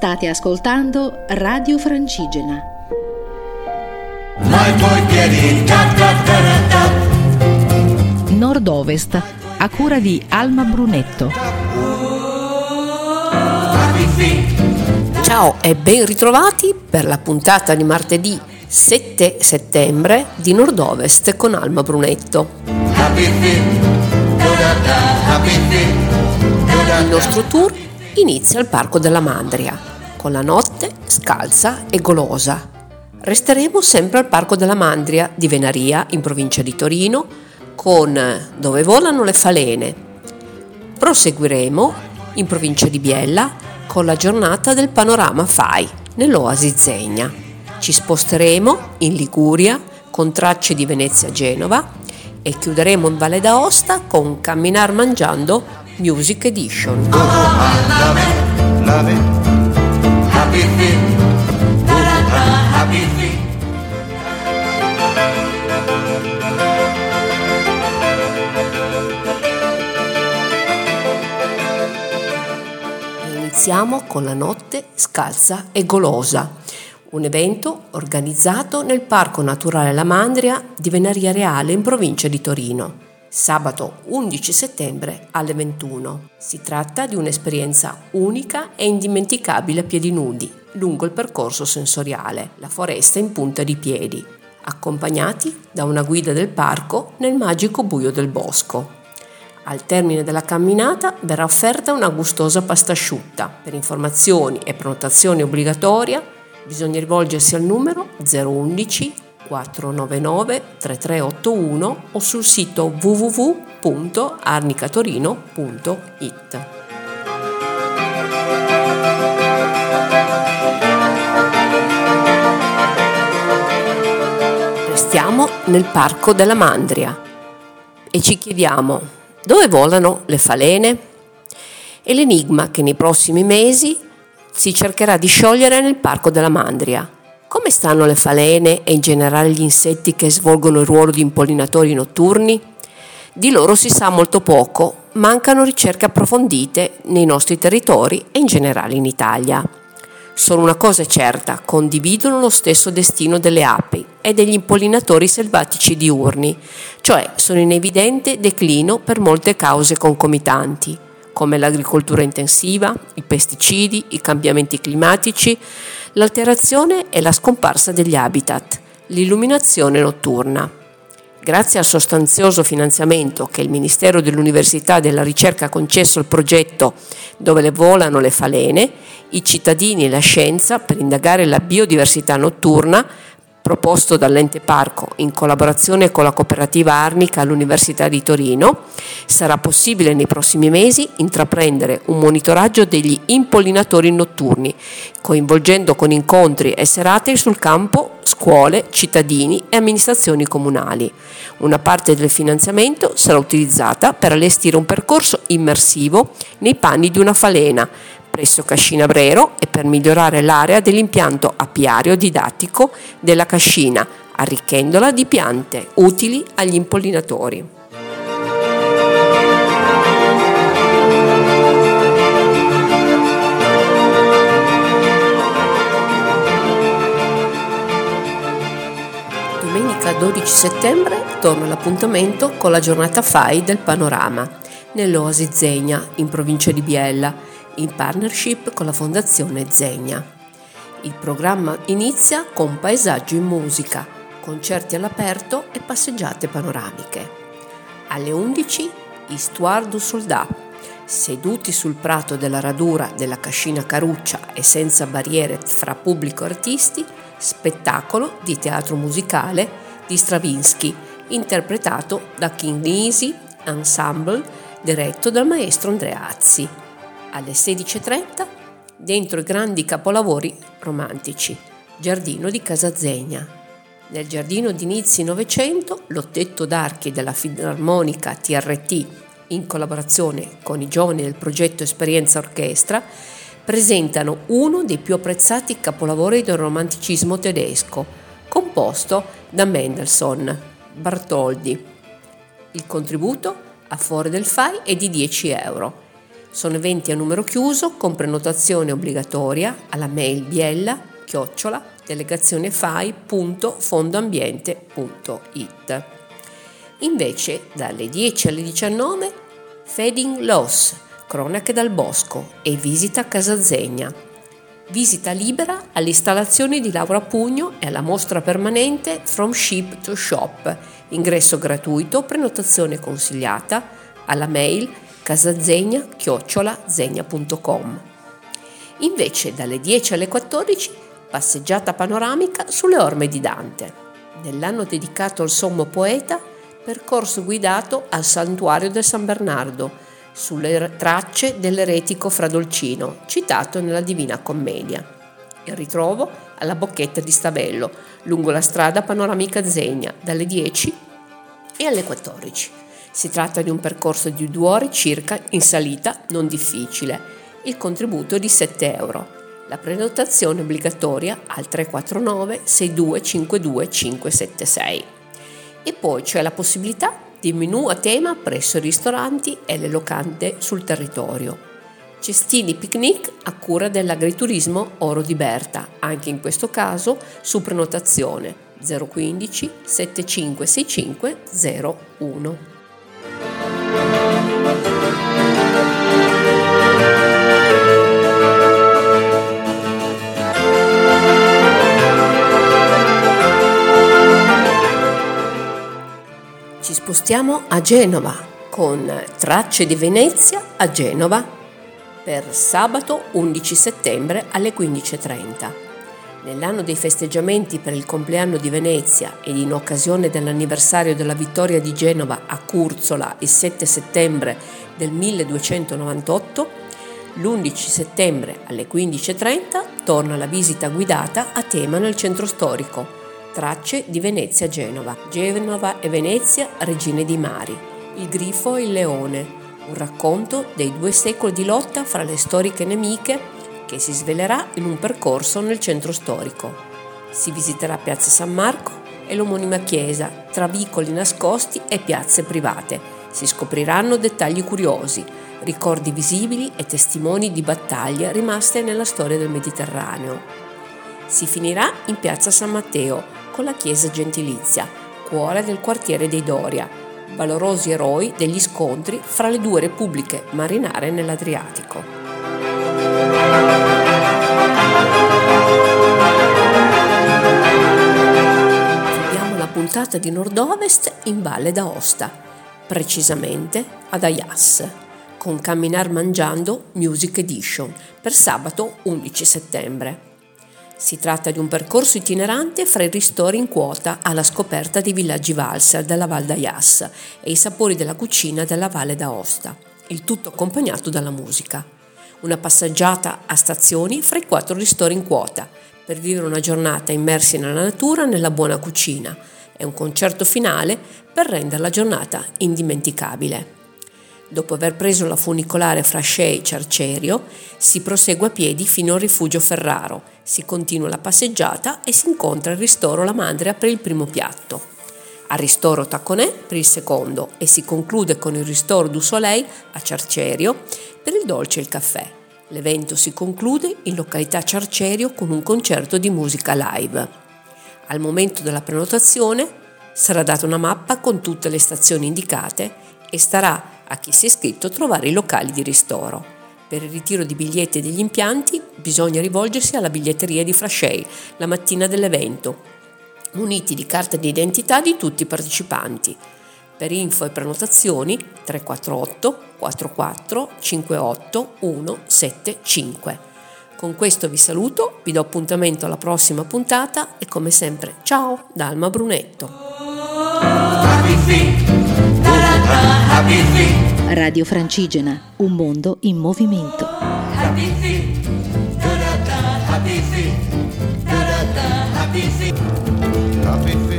State ascoltando Radio Francigena. Nord-Ovest, a cura di Alma Brunetto. Ciao e ben ritrovati per la puntata di martedì 7 settembre di Nord-Ovest con Alma Brunetto. Il nostro tour inizia al Parco della Mandria, con la notte scalza e golosa. Resteremo sempre al Parco della Mandria di Venaria, in provincia di Torino, con Dove volano le falene. Proseguiremo in provincia di Biella con la giornata del Panorama FAI, nell'Oasi Zegna. Ci sposteremo in Liguria con tracce di Venezia-Genova e chiuderemo in Valle d'Aosta con Camminar Mangiando Music Edition. Iniziamo con la notte scalza e golosa, un evento organizzato nel Parco Naturale La Mandria di Venaria Reale in provincia di Torino. Sabato 11 settembre alle 21. Si tratta di un'esperienza unica e indimenticabile a piedi nudi, lungo il percorso sensoriale, la foresta in punta di piedi, accompagnati da una guida del parco nel magico buio del bosco. Al termine della camminata verrà offerta una gustosa pasta asciutta. Per informazioni e prenotazioni obbligatoria bisogna rivolgersi al numero 011 499 3381 o sul sito www.arnicatorino.it. Restiamo nel Parco della Mandria e ci chiediamo: dove volano le falene? È l'enigma che nei prossimi mesi si cercherà di sciogliere nel Parco della Mandria. Come stanno le falene e in generale gli insetti che svolgono il ruolo di impollinatori notturni? Di loro si sa molto poco, mancano ricerche approfondite nei nostri territori e in generale in Italia. Solo una cosa è certa: condividono lo stesso destino delle api e degli impollinatori selvatici diurni, cioè sono in evidente declino per molte cause concomitanti, come l'agricoltura intensiva, i pesticidi, i cambiamenti climatici, l'alterazione e la scomparsa degli habitat, l'illuminazione notturna. Grazie al sostanzioso finanziamento che il Ministero dell'Università e della Ricerca ha concesso al progetto Dove volano le falene, i cittadini e la scienza, per indagare la biodiversità notturna, proposto dall'Ente Parco in collaborazione con la cooperativa Arnica all'Università di Torino, sarà possibile nei prossimi mesi intraprendere un monitoraggio degli impollinatori notturni, coinvolgendo con incontri e serate sul campo scuole, cittadini e amministrazioni comunali. Una parte del finanziamento sarà utilizzata per allestire un percorso immersivo nei panni di una falena presso Cascina Brero e per migliorare l'area dell'impianto apiario didattico della Cascina, arricchendola di piante utili agli impollinatori. Domenica 12 settembre torna l'appuntamento con la giornata FAI del Panorama nell'Oasi Zegna in provincia di Biella, in partnership con la Fondazione Zegna. Il programma inizia con paesaggio in musica, concerti all'aperto e passeggiate panoramiche. Alle 11 Histoire du Soldat, seduti sul prato della radura della Cascina Caruccia e senza barriere fra pubblico e artisti, spettacolo di teatro musicale di Stravinsky, interpretato da King Nisi Ensemble, diretto dal maestro Andrea Azzi. Alle 16.30, dentro i grandi capolavori romantici, Giardino di Casa Zegna. Nel giardino di inizi Novecento, l'Ottetto d'Archi della Filarmonica TRT, in collaborazione con i giovani del progetto Esperienza Orchestra, presentano uno dei più apprezzati capolavori del romanticismo tedesco, composto da Mendelssohn, Bartholdy. Il contributo a favore del FAI è di 10 euro. Sono eventi a numero chiuso con prenotazione obbligatoria alla mail biella@delegazione.fondoambiente.it. Invece dalle 10 alle 19 Fading Loss, cronache dal bosco e visita Casa Zegna. Visita libera alle installazioni di Laura Pugno e alla mostra permanente From Ship to Shop. Ingresso gratuito, prenotazione consigliata alla mail casazegna@zegna.com. Invece dalle 10 alle 14 passeggiata panoramica sulle orme di Dante. Nell'anno dedicato al sommo poeta, percorso guidato al santuario del San Bernardo, sulle tracce dell'eretico Fra Dolcino, citato nella Divina Commedia. Il ritrovo alla Bocchetta di Stavello, lungo la strada panoramica Zegna, dalle 10 e alle 14. Si tratta di un percorso di 2 ore circa in salita non difficile. Il contributo è di €7. La prenotazione obbligatoria al 349 6252 576. E poi c'è la possibilità di menù a tema presso i ristoranti e le locande sul territorio. Cestini picnic a cura dell'agriturismo Oro di Berta, anche in questo caso su prenotazione 015 7565 01. Ci spostiamo a Genova con Tracce di Venezia a Genova per sabato 11 settembre alle 15:30. Nell'anno dei festeggiamenti per il compleanno di Venezia ed in occasione dell'anniversario della vittoria di Genova a Curzola il 7 settembre del 1298, l'11 settembre alle 15:30 torna la visita guidata a tema nel centro storico. Tracce di Venezia a Genova. Genova e Venezia, regine dei mari. Il grifo e il leone. Un racconto dei 2 secoli di lotta fra le storiche nemiche che si svelerà in un percorso nel centro storico. Si visiterà Piazza San Marco e l'omonima chiesa, tra vicoli nascosti e piazze private. Si scopriranno dettagli curiosi, ricordi visibili e testimoni di battaglie rimaste nella storia del Mediterraneo. Si finirà in Piazza San Matteo con la chiesa gentilizia, cuore del quartiere dei Doria, valorosi eroi degli scontri fra le 2 repubbliche marinare nell'Adriatico. Chiudiamo la puntata di Nord-Ovest in Valle d'Aosta, precisamente ad Aias, con Camminar Mangiando Music Edition per sabato 11 settembre. Si tratta di un percorso itinerante fra i ristori in quota alla scoperta dei villaggi valser della Val d'Aias e i sapori della cucina della Valle d'Aosta, il tutto accompagnato dalla musica. Una passeggiata a stazioni fra i 4 ristori in quota per vivere una giornata immersi nella natura e nella buona cucina e un concerto finale per rendere la giornata indimenticabile. Dopo aver preso la funicolare fra Scei e Cercerio, si prosegue a piedi fino al rifugio Ferraro, si continua la passeggiata e si incontra il ristoro La Mandria per il primo piatto, al ristoro Tacconè per il secondo e si conclude con il ristoro du Soleil a Cercerio per il dolce e il caffè. L'evento si conclude in località Cercerio con un concerto di musica live. Al momento della prenotazione sarà data una mappa con tutte le stazioni indicate e starà a chi si è iscritto trovare i locali di ristoro. Per il ritiro di biglietti e degli impianti bisogna rivolgersi alla biglietteria di Frascei la mattina dell'evento, muniti di carta d'identità di tutti i partecipanti. Per info e prenotazioni 348 44 58 175. Con questo vi saluto, vi do appuntamento alla prossima puntata e come sempre ciao da Alma Brunetto. Radio Francigena, un mondo in movimento. Happy feet, happy feet, happy feet.